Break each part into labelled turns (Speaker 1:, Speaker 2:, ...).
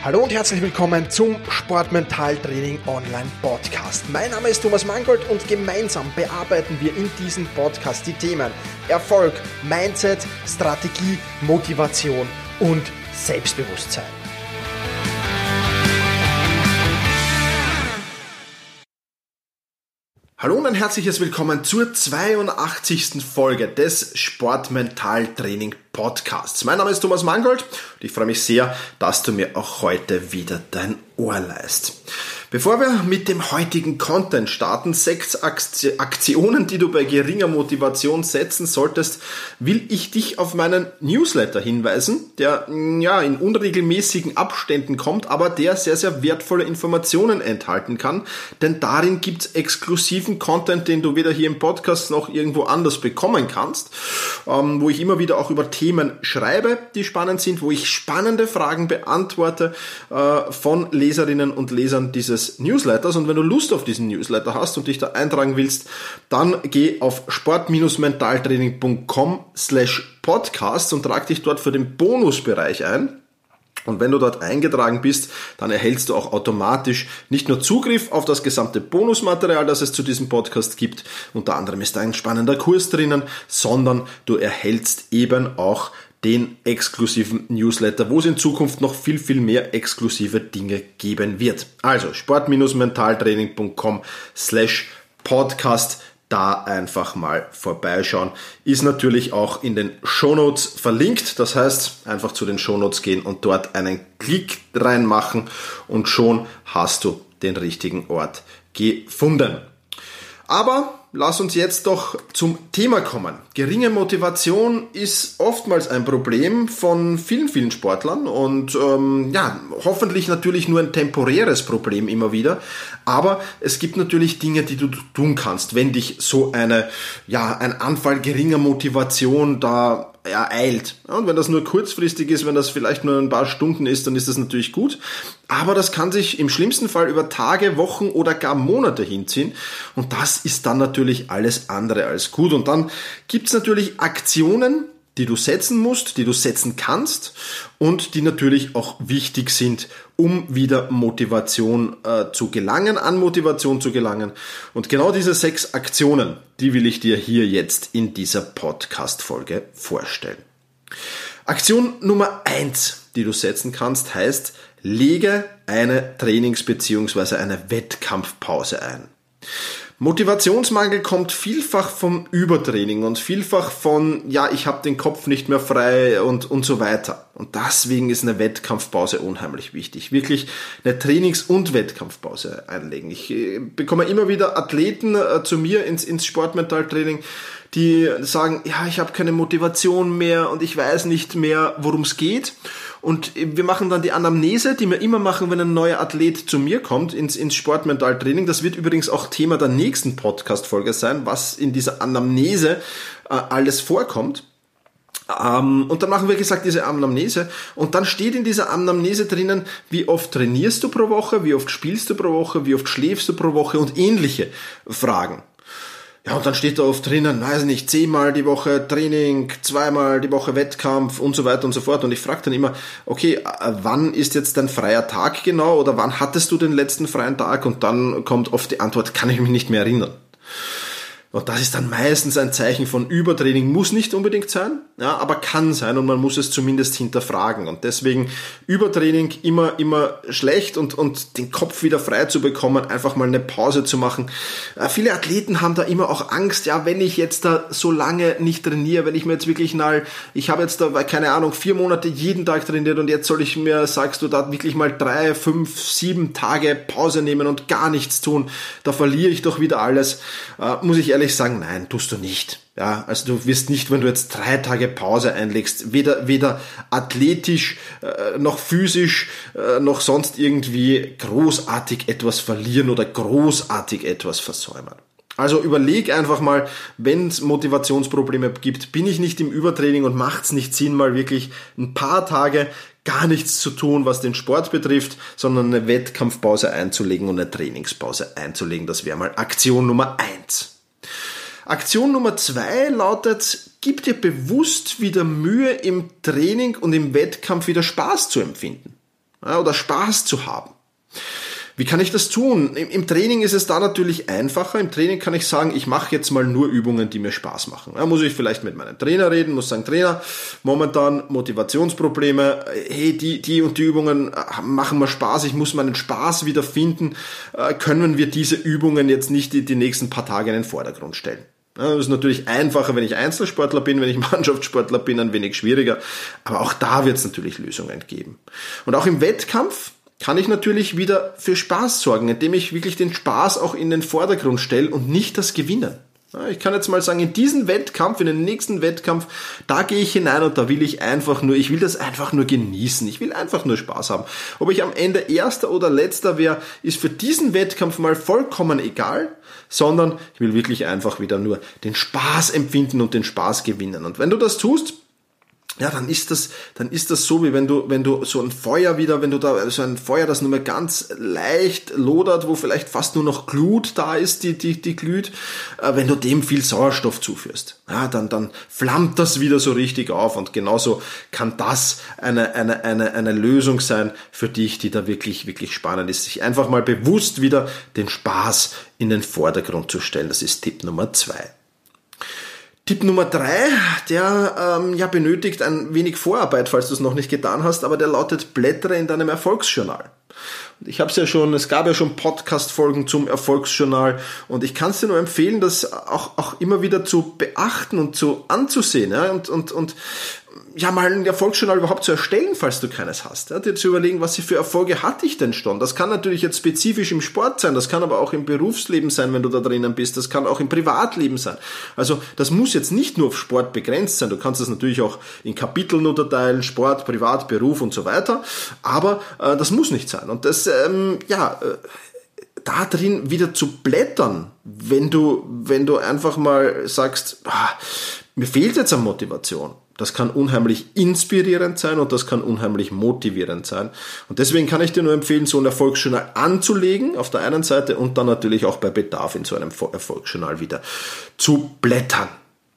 Speaker 1: Hallo und herzlich willkommen zum Sportmental-Training Online Podcast. Mein Name ist Thomas Mangold und gemeinsam bearbeiten wir in diesem Podcast die Themen Erfolg, Mindset, Strategie, Motivation und Selbstbewusstsein. Hallo und ein herzliches Willkommen zur 82. Folge des Sportmental-Training Podcasts. Mein Name ist Thomas Mangold und ich freue mich sehr, dass du mir auch heute wieder dein Ohr leihst. Bevor wir mit dem heutigen Content starten, 6 Aktionen, die du bei geringer Motivation setzen solltest, will ich dich auf meinen Newsletter hinweisen, der in unregelmäßigen Abständen kommt, aber der sehr, sehr wertvolle Informationen enthalten kann, denn darin gibt es exklusiven Content, den du weder hier im Podcast noch irgendwo anders bekommen kannst, wo ich immer wieder auch über Themen schreibe, die spannend sind, wo ich spannende Fragen beantworte von Leserinnen und Lesern dieses Newsletters. Und wenn du Lust auf diesen Newsletter hast und dich da eintragen willst, dann geh auf sport-mentaltraining.com/podcast und trag dich dort für den Bonusbereich ein. Und wenn du dort eingetragen bist, dann erhältst du auch automatisch nicht nur Zugriff auf das gesamte Bonusmaterial, das es zu diesem Podcast gibt, unter anderem ist da ein spannender Kurs drinnen, sondern du erhältst eben auch den exklusiven Newsletter, wo es in Zukunft noch viel, viel mehr exklusive Dinge geben wird. Also sport-mentaltraining.com/podcast, da einfach mal vorbeischauen. Ist natürlich auch in den Shownotes verlinkt, das heißt einfach zu den Shownotes gehen und dort einen Klick reinmachen und schon hast du den richtigen Ort gefunden. Aber lass uns jetzt doch zum Thema kommen. Geringe Motivation ist oftmals ein Problem von vielen, vielen Sportlern und hoffentlich natürlich nur ein temporäres Problem immer wieder. Aber es gibt natürlich Dinge, die du tun kannst, wenn dich so ein Anfall geringer Motivation da eilt. Und wenn das nur kurzfristig ist, wenn das vielleicht nur ein paar Stunden ist, dann ist das natürlich gut. Aber das kann sich im schlimmsten Fall über Tage, Wochen oder gar Monate hinziehen. Und das ist dann natürlich alles andere als gut. Und dann gibt es natürlich Aktionen, die du setzen musst, die du setzen kannst und die natürlich auch wichtig sind, um wieder an Motivation zu gelangen. Und genau diese 6 Aktionen, die will ich dir hier jetzt in dieser Podcast-Folge vorstellen. Aktion Nummer 1, die du setzen kannst, heißt, lege eine Trainings- bzw. eine Wettkampfpause ein. Motivationsmangel kommt vielfach vom Übertraining und vielfach von, ich habe den Kopf nicht mehr frei und so weiter. Und deswegen ist eine Wettkampfpause unheimlich wichtig. Wirklich eine Trainings- und Wettkampfpause einlegen. Ich bekomme immer wieder Athleten zu mir ins Sportmentaltraining, die sagen, ich habe keine Motivation mehr und ich weiß nicht mehr, worum es geht. Und wir machen dann die Anamnese, die wir immer machen, wenn ein neuer Athlet zu mir kommt ins Sportmentaltraining. Das wird übrigens auch Thema der nächsten Podcast-Folge sein, was in dieser Anamnese alles vorkommt. Und dann machen wir, diese Anamnese und dann steht in dieser Anamnese drinnen, wie oft trainierst du pro Woche, wie oft spielst du pro Woche, wie oft schläfst du pro Woche und ähnliche Fragen. Ja, und dann steht da oft drinnen, 10-mal die Woche Training, 2-mal die Woche Wettkampf und so weiter und so fort. Und ich frage dann immer, okay, wann ist jetzt dein freier Tag genau oder wann hattest du den letzten freien Tag? Und dann kommt oft die Antwort, kann ich mich nicht mehr erinnern. Und das ist dann meistens ein Zeichen von Übertraining, muss nicht unbedingt sein, aber kann sein und man muss es zumindest hinterfragen. Und deswegen Übertraining immer schlecht und den Kopf wieder frei zu bekommen, einfach mal eine Pause zu machen. Viele Athleten haben da immer auch Angst, wenn ich jetzt da so lange nicht trainiere, wenn ich mir jetzt wirklich ich habe jetzt da, 4 Monate jeden Tag trainiert und jetzt soll ich mir, sagst du, da wirklich mal 3, 5, 7 Tage Pause nehmen und gar nichts tun, da verliere ich doch wieder alles, muss ich ehrlich sagen, nein, tust du nicht. Ja, also du wirst nicht, wenn du jetzt 3 Tage Pause einlegst, weder athletisch, noch physisch, noch sonst irgendwie großartig etwas verlieren oder großartig etwas versäumen. Also überleg einfach mal, wenn es Motivationsprobleme gibt, bin ich nicht im Übertraining und macht es nicht Sinn, mal wirklich ein paar Tage gar nichts zu tun, was den Sport betrifft, sondern eine Wettkampfpause einzulegen und eine Trainingspause einzulegen. Das wäre mal Aktion Nummer 1. Aktion Nummer 2 lautet, gib dir bewusst wieder Mühe im Training und im Wettkampf wieder Spaß zu empfinden. oder Spaß zu haben. Wie kann ich das tun? Im Training ist es da natürlich einfacher. Im Training kann ich sagen, ich mache jetzt mal nur Übungen, die mir Spaß machen. Da muss ich vielleicht mit meinem Trainer reden, muss sagen, Trainer, momentan Motivationsprobleme, hey, die und die Übungen machen mir Spaß, ich muss meinen Spaß wiederfinden. Können wir diese Übungen jetzt nicht die nächsten paar Tage in den Vordergrund stellen? Das ist natürlich einfacher, wenn ich Einzelsportler bin, wenn ich Mannschaftssportler bin, ein wenig schwieriger. Aber auch da wird es natürlich Lösungen geben. Und auch im Wettkampf kann ich natürlich wieder für Spaß sorgen, indem ich wirklich den Spaß auch in den Vordergrund stelle und nicht das Gewinnen. Ich kann jetzt mal sagen, in diesen Wettkampf, in den nächsten Wettkampf, da gehe ich hinein und da will ich das einfach nur genießen. Ich will einfach nur Spaß haben. Ob ich am Ende Erster oder Letzter wäre, ist für diesen Wettkampf mal vollkommen egal, sondern ich will wirklich einfach wieder nur den Spaß empfinden und den Spaß gewinnen. Und wenn du das tust, ja, dann ist das so, wie wenn du so ein Feuer das nur mal ganz leicht lodert, wo vielleicht fast nur noch Glut da ist, die glüht, wenn du dem viel Sauerstoff zuführst. Ja, dann flammt das wieder so richtig auf und genauso kann das eine Lösung sein für dich, die da wirklich, wirklich spannend ist, sich einfach mal bewusst wieder den Spaß in den Vordergrund zu stellen. Das ist Tipp Nummer 2. Tipp Nummer 3, der benötigt ein wenig Vorarbeit, falls du es noch nicht getan hast, aber der lautet: Blättere in deinem Erfolgsjournal. Und es gab ja schon Podcast-Folgen zum Erfolgsjournal und ich kann es dir nur empfehlen, das auch immer wieder zu beachten und anzusehen, ja, und mal ein Erfolgsjournal überhaupt zu erstellen, falls du keines hast. Ja, dir zu überlegen, was für Erfolge hatte ich denn schon. Das kann natürlich jetzt spezifisch im Sport sein, das kann aber auch im Berufsleben sein, wenn du da drinnen bist, das kann auch im Privatleben sein. Also das muss jetzt nicht nur auf Sport begrenzt sein, du kannst das natürlich auch in Kapiteln unterteilen, Sport, Privat, Beruf und so weiter, aber das muss nicht sein. Und das, da drin wieder zu blättern, wenn du einfach mal sagst, mir fehlt jetzt an Motivation. Das kann unheimlich inspirierend sein und das kann unheimlich motivierend sein. Und deswegen kann ich dir nur empfehlen, so ein Erfolgsjournal anzulegen auf der einen Seite und dann natürlich auch bei Bedarf in so einem Erfolgsjournal wieder zu blättern.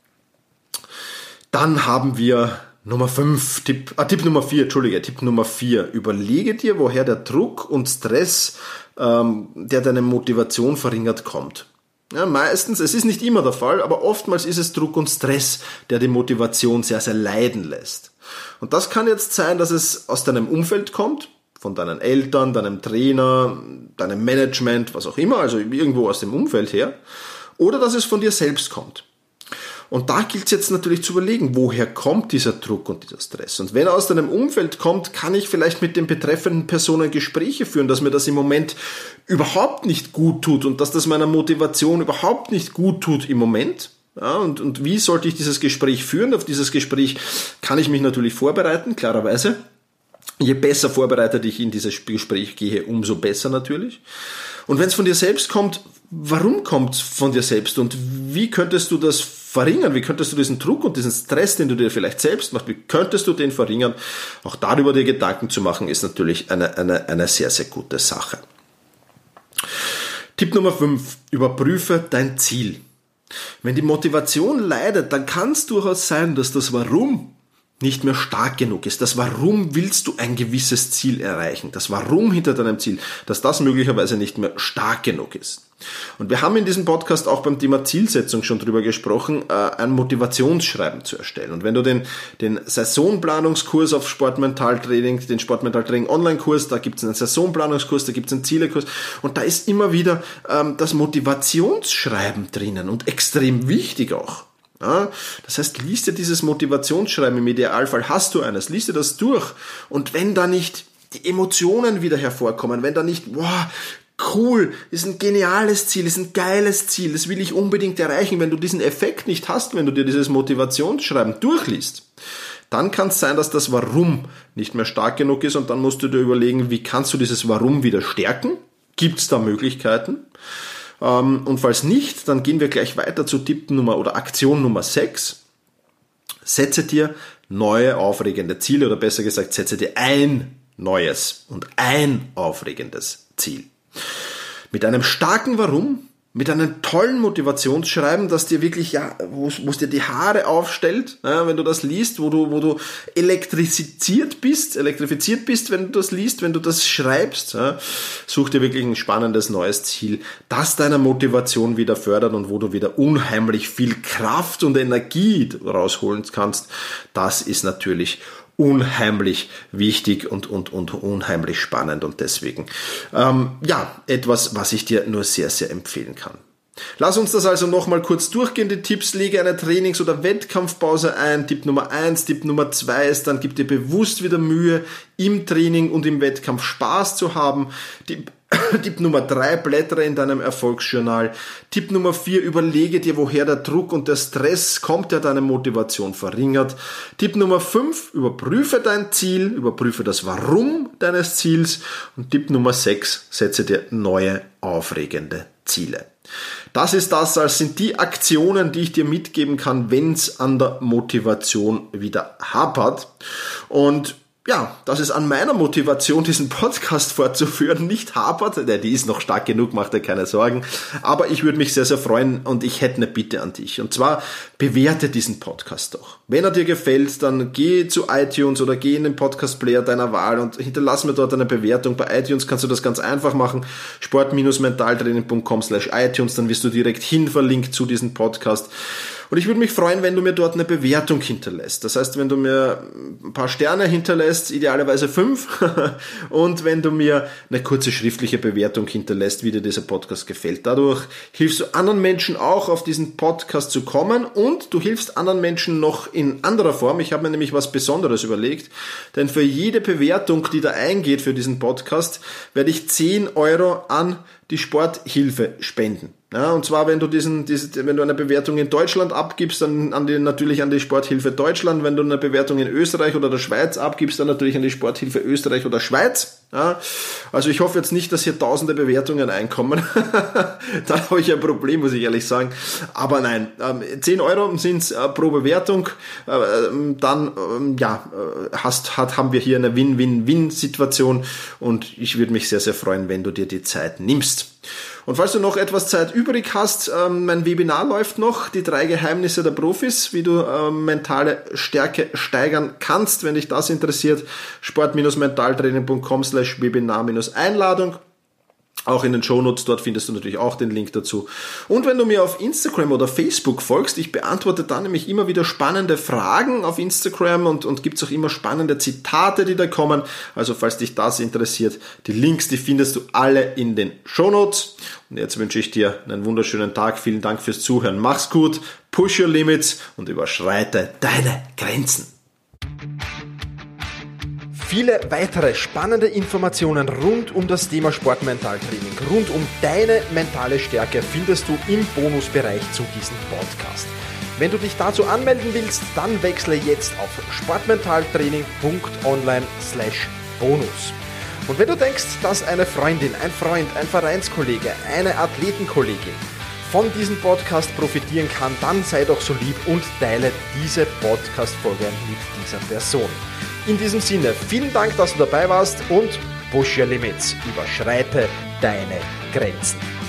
Speaker 1: Dann haben wir Tipp Nummer 4. Überlege dir, woher der Druck und Stress, der deine Motivation verringert, kommt. Ja, meistens, es ist nicht immer der Fall, aber oftmals ist es Druck und Stress, der die Motivation sehr, sehr leiden lässt. Und das kann jetzt sein, dass es aus deinem Umfeld kommt, von deinen Eltern, deinem Trainer, deinem Management, was auch immer, also irgendwo aus dem Umfeld her, oder dass es von dir selbst kommt. Und da gilt es jetzt natürlich zu überlegen, woher kommt dieser Druck und dieser Stress. Und wenn er aus deinem Umfeld kommt, kann ich vielleicht mit den betreffenden Personen Gespräche führen, dass mir das im Moment überhaupt nicht gut tut und dass das meiner Motivation überhaupt nicht gut tut im Moment. Ja, und wie sollte ich dieses Gespräch führen? Auf dieses Gespräch kann ich mich natürlich vorbereiten, klarerweise. Je besser vorbereitet ich in dieses Gespräch gehe, umso besser natürlich. Und wenn es von dir selbst kommt, warum kommt es von dir selbst und wie könntest du das verringern? Wie könntest du diesen Druck und diesen Stress, den du dir vielleicht selbst machst, wie könntest du den verringern? Auch darüber dir Gedanken zu machen, ist natürlich eine sehr, sehr gute Sache. Tipp Nummer 5. Überprüfe dein Ziel. Wenn die Motivation leidet, dann kann es durchaus sein, dass das Warum nicht mehr stark genug ist. Das Warum willst du ein gewisses Ziel erreichen? Das Warum hinter deinem Ziel, dass das möglicherweise nicht mehr stark genug ist. Und wir haben in diesem Podcast auch beim Thema Zielsetzung schon drüber gesprochen, ein Motivationsschreiben zu erstellen. Und wenn du den Saisonplanungskurs auf Sportmentaltraining, den Sportmentaltraining Online-Kurs, da gibt es einen Saisonplanungskurs, da gibt es einen Zielekurs und da ist immer wieder das Motivationsschreiben drinnen und extrem wichtig auch. Ja, das heißt, liest dir dieses Motivationsschreiben, im Idealfall hast du eines, liest dir das durch und wenn da nicht die Emotionen wieder hervorkommen, wenn da nicht, cool, ist ein geniales Ziel, ist ein geiles Ziel, das will ich unbedingt erreichen, wenn du diesen Effekt nicht hast, wenn du dir dieses Motivationsschreiben durchliest, dann kann es sein, dass das Warum nicht mehr stark genug ist und dann musst du dir überlegen, wie kannst du dieses Warum wieder stärken? Gibt es da Möglichkeiten? Und falls nicht, dann gehen wir gleich weiter zu Aktion Nummer 6. Setze dir neue aufregende Ziele oder besser gesagt, setze dir ein neues und ein aufregendes Ziel. Mit einem starken Warum mit einem tollen Motivationsschreiben, das dir wirklich, wo es dir die Haare aufstellt, wenn du das liest, wo du elektrifiziert bist, wenn du das liest, wenn du das schreibst. Such dir wirklich ein spannendes neues Ziel, das deiner Motivation wieder fördert und wo du wieder unheimlich viel Kraft und Energie rausholen kannst. Das ist natürlich unheimlich wichtig und unheimlich spannend und deswegen etwas, was ich dir nur sehr, sehr empfehlen kann. Lass uns das also nochmal kurz durchgehen, die Tipps. Lege eine Trainings- oder Wettkampfpause ein. Tipp Nummer 1, Tipp Nummer 2 ist dann, gib dir bewusst wieder Mühe, im Training und im Wettkampf Spaß zu haben. Tipp Nummer 3, blättere in deinem Erfolgsjournal. Tipp Nummer 4, überlege dir, woher der Druck und der Stress kommt, der deine Motivation verringert. Tipp Nummer 5, überprüfe dein Ziel, überprüfe das Warum deines Ziels. Und Tipp Nummer 6, setze dir neue, aufregende Ziele. Das sind die Aktionen, die ich dir mitgeben kann, wenn es an der Motivation wieder hapert. Und dass es an meiner Motivation, diesen Podcast fortzuführen, nicht hapert. Die ist noch stark genug, mach dir keine Sorgen. Aber ich würde mich sehr, sehr freuen und ich hätte eine Bitte an dich. Und zwar, bewerte diesen Podcast doch. Wenn er dir gefällt, dann geh zu iTunes oder geh in den Podcast-Player deiner Wahl und hinterlass mir dort eine Bewertung. Bei iTunes kannst du das ganz einfach machen. sport-mentaltraining.com/iTunes, dann wirst du direkt hin verlinkt zu diesem Podcast. Und ich würde mich freuen, wenn du mir dort eine Bewertung hinterlässt. Das heißt, wenn du mir ein paar Sterne hinterlässt, idealerweise 5, und wenn du mir eine kurze schriftliche Bewertung hinterlässt, wie dir dieser Podcast gefällt. Dadurch hilfst du anderen Menschen auch, auf diesen Podcast zu kommen, und du hilfst anderen Menschen noch in anderer Form. Ich habe mir nämlich was Besonderes überlegt, denn für jede Bewertung, die da eingeht für diesen Podcast, werde ich 10 Euro an die Sporthilfe spenden. Ja, und zwar, wenn du wenn du eine Bewertung in Deutschland abgibst, dann natürlich an die Sporthilfe Deutschland. Wenn du eine Bewertung in Österreich oder der Schweiz abgibst, dann natürlich an die Sporthilfe Österreich oder Schweiz. Ja, also ich hoffe jetzt nicht, dass hier tausende Bewertungen einkommen. Da habe ich ein Problem, muss ich ehrlich sagen. Aber nein, 10 Euro sind's pro Bewertung. Dann haben wir hier eine Win-Win-Win-Situation und ich würde mich sehr, sehr freuen, wenn du dir die Zeit nimmst. Und falls du noch etwas Zeit übrig hast, mein Webinar läuft noch, die 3 Geheimnisse der Profis, wie du mentale Stärke steigern kannst. Wenn dich das interessiert, sport-mentaltraining.com/Webinar-Einladung. Auch in den Shownotes, dort findest du natürlich auch den Link dazu. Und wenn du mir auf Instagram oder Facebook folgst, ich beantworte da nämlich immer wieder spannende Fragen auf Instagram und gibt's auch immer spannende Zitate, die da kommen. Also falls dich das interessiert, die Links, die findest du alle in den Shownotes. Und jetzt wünsche ich dir einen wunderschönen Tag. Vielen Dank fürs Zuhören. Mach's gut, push your limits und überschreite deine Grenzen. Viele weitere spannende Informationen rund um das Thema Sportmentaltraining, rund um deine mentale Stärke findest du im Bonusbereich zu diesem Podcast. Wenn du dich dazu anmelden willst, dann wechsle jetzt auf sportmentaltraining.online/bonus. Und wenn du denkst, dass eine Freundin, ein Freund, ein Vereinskollege, eine Athletenkollegin von diesem Podcast profitieren kann, dann sei doch so lieb und teile diese Podcast-Folge mit dieser Person. In diesem Sinne, vielen Dank, dass du dabei warst und push your limits, überschreite deine Grenzen.